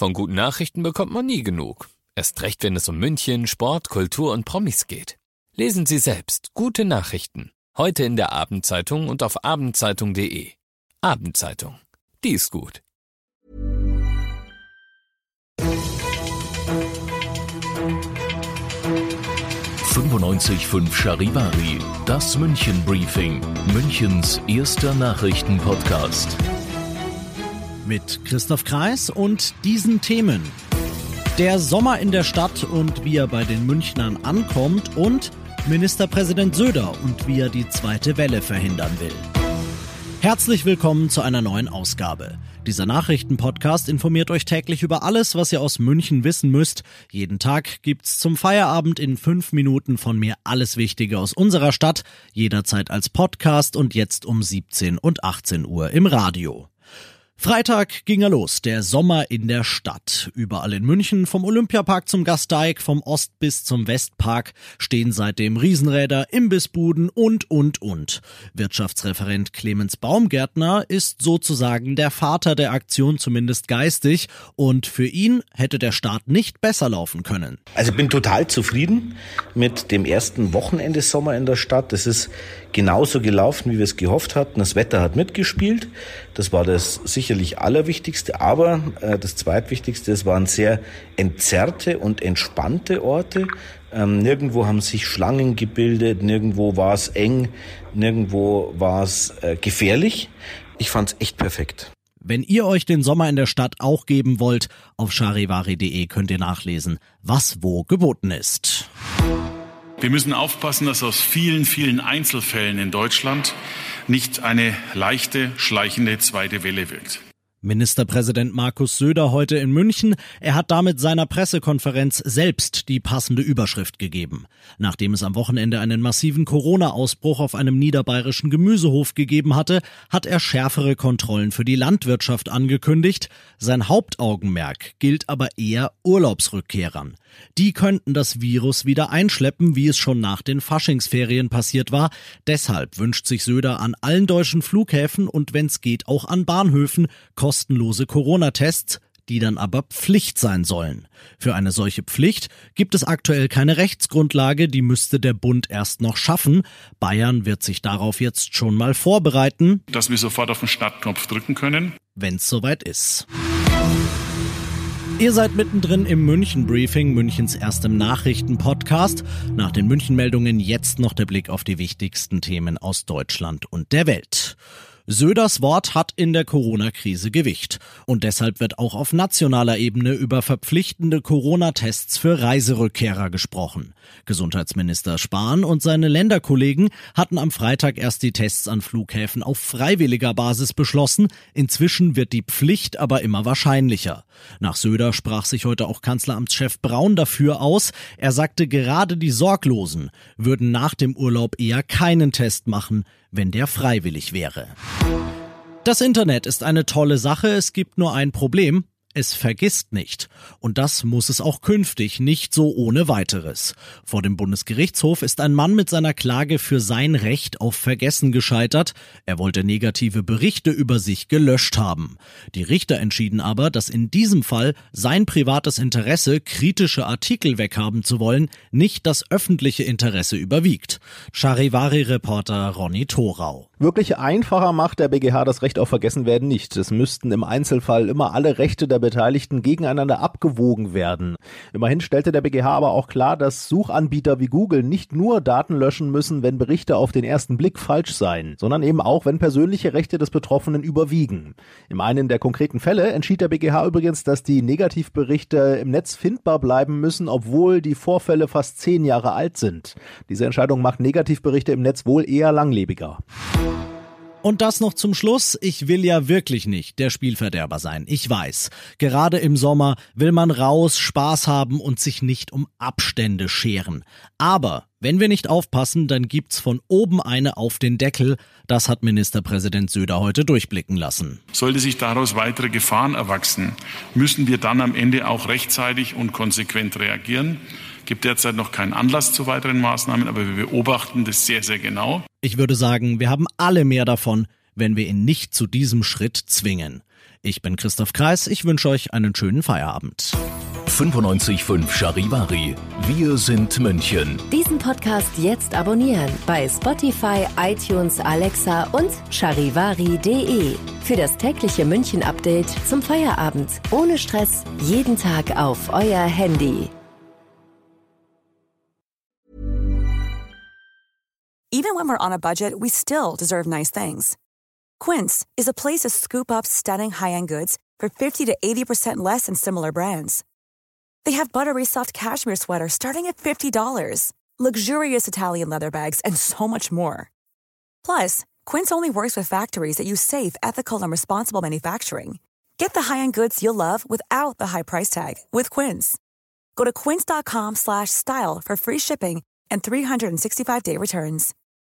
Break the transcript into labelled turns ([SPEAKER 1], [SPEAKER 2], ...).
[SPEAKER 1] Von guten Nachrichten bekommt man nie genug. Erst recht, wenn es um München, Sport, Kultur und Promis geht. Lesen Sie selbst gute Nachrichten. Heute in der Abendzeitung und auf abendzeitung.de. Abendzeitung. Die ist gut.
[SPEAKER 2] 95.5 Charivari, das München Briefing, Münchens erster Nachrichtenpodcast.
[SPEAKER 3] Mit Christoph Kreis und diesen Themen. Der Sommer in der Stadt und wie er bei den Münchnern ankommt und Ministerpräsident Söder und wie er die zweite Welle verhindern will. Herzlich willkommen zu einer neuen Ausgabe. Dieser Nachrichtenpodcast informiert euch täglich über alles, was ihr aus München wissen müsst. Jeden Tag gibt's zum Feierabend in 5 Minuten von mir alles Wichtige aus unserer Stadt, jederzeit als Podcast und jetzt um 17 und 18 Uhr im Radio. Freitag ging er los, der Sommer in der Stadt. Überall in München, vom Olympiapark zum Gasteig, vom Ost- bis zum Westpark, stehen seitdem Riesenräder, Imbissbuden und. Wirtschaftsreferent Clemens Baumgärtner ist sozusagen der Vater der Aktion, zumindest geistig. Und für ihn hätte der Start nicht besser laufen können.
[SPEAKER 4] Also ich bin total zufrieden mit dem ersten Wochenende Sommer in der Stadt. Das ist genauso gelaufen, wie wir es gehofft hatten. Das Wetter hat mitgespielt. Das war das sicherlich Allerwichtigste. Aber das Zweitwichtigste, es waren sehr entzerrte und entspannte Orte. Nirgendwo haben sich Schlangen gebildet, nirgendwo war es eng, nirgendwo war es gefährlich. Ich fand es echt perfekt.
[SPEAKER 3] Wenn ihr euch den Sommer in der Stadt auch geben wollt, auf charivari.de könnt ihr nachlesen, was wo geboten ist.
[SPEAKER 5] Wir müssen aufpassen, dass aus vielen, vielen Einzelfällen in Deutschland nicht eine leichte, schleichende zweite Welle wird.
[SPEAKER 3] Ministerpräsident Markus Söder heute in München. Er hat damit seiner Pressekonferenz selbst die passende Überschrift gegeben. Nachdem es am Wochenende einen massiven Corona-Ausbruch auf einem niederbayerischen Gemüsehof gegeben hatte, hat er schärfere Kontrollen für die Landwirtschaft angekündigt. Sein Hauptaugenmerk gilt aber eher Urlaubsrückkehrern. Die könnten das Virus wieder einschleppen, wie es schon nach den Faschingsferien passiert war. Deshalb wünscht sich Söder an allen deutschen Flughäfen und wenn es geht auch an Bahnhöfen kostenlose Corona-Tests, die dann aber Pflicht sein sollen. Für eine solche Pflicht gibt es aktuell keine Rechtsgrundlage, die müsste der Bund erst noch schaffen. Bayern wird sich darauf jetzt schon mal vorbereiten,
[SPEAKER 5] dass wir sofort auf den Startknopf drücken können,
[SPEAKER 3] wenn es soweit ist. Ihr seid mittendrin im München-Briefing, Münchens erstem Nachrichten-Podcast. Nach den München-Meldungen jetzt noch der Blick auf die wichtigsten Themen aus Deutschland und der Welt. Söders Wort hat in der Corona-Krise Gewicht. Und deshalb wird auch auf nationaler Ebene über verpflichtende Corona-Tests für Reiserückkehrer gesprochen. Gesundheitsminister Spahn und seine Länderkollegen hatten am Freitag erst die Tests an Flughäfen auf freiwilliger Basis beschlossen. Inzwischen wird die Pflicht aber immer wahrscheinlicher. Nach Söder sprach sich heute auch Kanzleramtschef Braun dafür aus. Er sagte, gerade die Sorglosen würden nach dem Urlaub eher keinen Test machen, wenn der freiwillig wäre. Das Internet ist eine tolle Sache, es gibt nur ein Problem. Es vergisst nicht. Und das muss es auch künftig, nicht so ohne weiteres. Vor dem Bundesgerichtshof ist ein Mann mit seiner Klage für sein Recht auf Vergessen gescheitert. Er wollte negative Berichte über sich gelöscht haben. Die Richter entschieden aber, dass in diesem Fall sein privates Interesse, kritische Artikel weghaben zu wollen, nicht das öffentliche Interesse überwiegt. Charivari-Reporter Ronny Thorau.
[SPEAKER 6] Wirklich einfacher macht der BGH das Recht auf Vergessenwerden nicht. Es müssten im Einzelfall immer alle Rechte der Beteiligten gegeneinander abgewogen werden. Immerhin stellte der BGH aber auch klar, dass Suchanbieter wie Google nicht nur Daten löschen müssen, wenn Berichte auf den ersten Blick falsch seien, sondern eben auch, wenn persönliche Rechte des Betroffenen überwiegen. In einem der konkreten Fälle entschied der BGH übrigens, dass die Negativberichte im Netz findbar bleiben müssen, obwohl die Vorfälle fast 10 Jahre alt sind. Diese Entscheidung macht Negativberichte im Netz wohl eher langlebiger.
[SPEAKER 3] Und das noch zum Schluss. Ich will ja wirklich nicht der Spielverderber sein. Ich weiß, gerade im Sommer will man raus, Spaß haben und sich nicht um Abstände scheren. Aber wenn wir nicht aufpassen, dann gibt's von oben eine auf den Deckel. Das hat Ministerpräsident Söder heute durchblicken lassen.
[SPEAKER 5] Sollte sich daraus weitere Gefahren erwachsen, müssen wir dann am Ende auch rechtzeitig und konsequent reagieren. Gibt derzeit noch keinen Anlass zu weiteren Maßnahmen, aber wir beobachten das sehr, sehr genau.
[SPEAKER 3] Ich würde sagen, wir haben alle mehr davon, wenn wir ihn nicht zu diesem Schritt zwingen. Ich bin Christoph Kreis, ich wünsche euch einen schönen Feierabend.
[SPEAKER 2] 95.5 Charivari. Wir sind München.
[SPEAKER 7] Diesen Podcast jetzt abonnieren bei Spotify, iTunes, Alexa und charivari.de. Für das tägliche München-Update zum Feierabend. Ohne Stress, jeden Tag auf euer Handy.
[SPEAKER 8] Even when we're on a budget, we still deserve nice things. Quince is a place to scoop up stunning high-end goods for 50 to 80% less than similar brands. They have buttery soft cashmere sweaters starting at $50, luxurious Italian leather bags, and so much more. Plus, Quince only works with factories that use safe, ethical, and responsible manufacturing. Get the high-end goods you'll love without the high price tag with Quince. Go to quince.com/style for free shipping and 365-day returns.